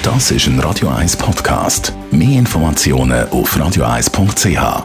Das ist ein Radio 1 Podcast. Mehr Informationen auf radio1.ch.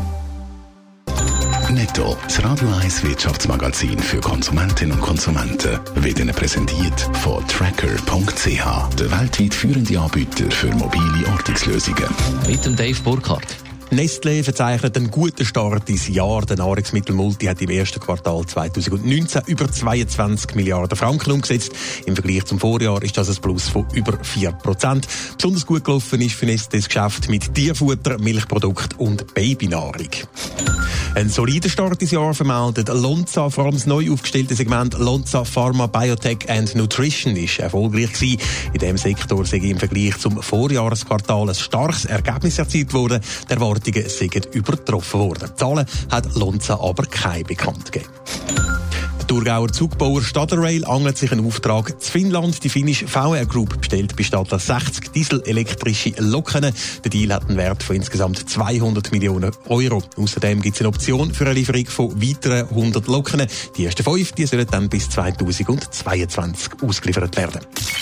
Netto, das Radio 1 Wirtschaftsmagazin für Konsumentinnen und Konsumenten, wird Ihnen präsentiert von Tracker.ch, der weltweit führende Anbieter für mobile Ortungslösungen. Mit dem Dave Burkhardt. Nestlé verzeichnet einen guten Start ins Jahr. Der Nahrungsmittelmulti hat im ersten Quartal 2019 über 22 Milliarden Franken umgesetzt. Im Vergleich zum Vorjahr ist das ein Plus von über 4%. Besonders gut gelaufen ist für Nestlé das Geschäft mit Tierfutter, Milchprodukt und Babynahrung. Ein solider Start ins Jahr vermeldet Lonza. Vor allem das neu aufgestellte Segment Lonza Pharma, Biotech and Nutrition ist erfolgreich gewesen. In diesem Sektor sei im Vergleich zum Vorjahresquartal ein starkes Ergebnis erzielt worden. Die Erwartungen sind übertroffen worden. Die Zahlen hat Lonza aber keine bekannt gegeben. Der Thurgauer Zugbauer Stadler Rail angelt sich einen Auftrag in Finnland. Die finnische VR Group bestellt bei Stadler 60 dieselelektrische Loken. Der Deal hat einen Wert von insgesamt 200 Millionen Euro. Außerdem gibt es eine Option für eine Lieferung von weiteren 100 Loken. Die ersten 5 sollen dann bis 2022 ausgeliefert werden.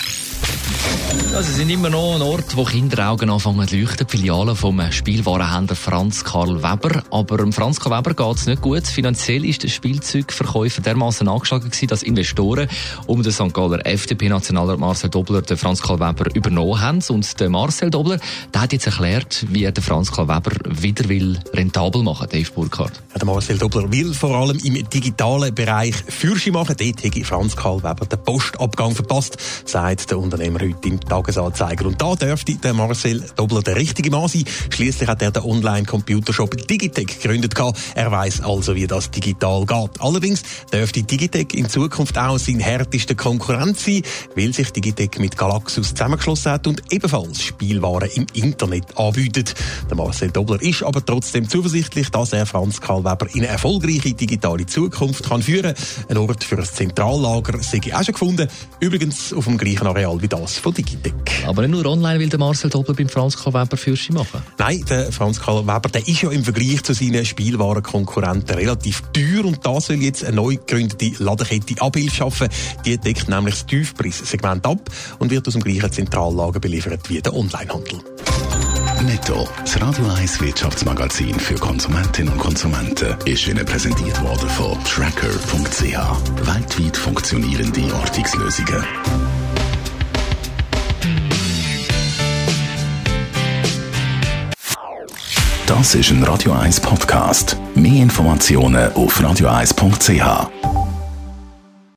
Sie sind immer noch ein Ort, wo Kinderaugen anfangen zu leuchten. Die Filiale vom Spielwarenhändler Franz Karl Weber. Aber Franz Karl Weber geht es nicht gut. Finanziell ist der Spielzeugverkäufer dermaßen angeschlagen gewesen, dass Investoren um den St. Galler FDP-Nationalrat Marcel Dobler den Franz Karl Weber übernommen haben. Und der Marcel Dobler, der hat jetzt erklärt, wie er den Franz Karl Weber wieder rentabel machen will. Dave Burkhardt. Ja, der Marcel Dobler will vor allem im digitalen Bereich Fürsche machen. Dort hätte Franz Karl Weber den Postabgang verpasst, sagt der Unternehmer heute im Tagesanzeiger. Und da dürfte der Marcel Dobler der richtige Mann sein. Schliesslich hat er den Online-Computershop Digitec gegründet. Er weiss also, wie das digital geht. Allerdings dürfte Digitec in Zukunft auch sein härtester Konkurrent sein, weil sich Digitec mit Galaxus zusammengeschlossen hat und ebenfalls Spielwaren im Internet anbietet. Der Marcel Dobler ist aber trotzdem zuversichtlich, dass er Franz Karl Weber in eine erfolgreiche digitale Zukunft kann führen kann. Ein Ort für ein Zentrallager sei auch schon gefunden. Übrigens auf dem gleichen Areal wie das von Digitec. Aber nicht nur online will der Marcel Dobler beim Franz Karl Weber Fürsche machen. Nein, der Franz Karl Weber, der ist ja im Vergleich zu seinen Spielwarenkonkurrenten relativ teuer und da soll jetzt eine neu gegründete Ladenkette Abhilfe schaffen. Die deckt nämlich das Tiefpreissegment ab und wird aus dem gleichen Zentrallager beliefert wie der Onlinehandel. Netto, das Radio 1 Wirtschaftsmagazin für Konsumentinnen und Konsumenten, ist Ihnen präsentiert worden von Tracker.ch. Weltweit funktionierende Ortungslösungen. Das ist ein Radio 1 Podcast. Mehr Informationen auf radio1.ch.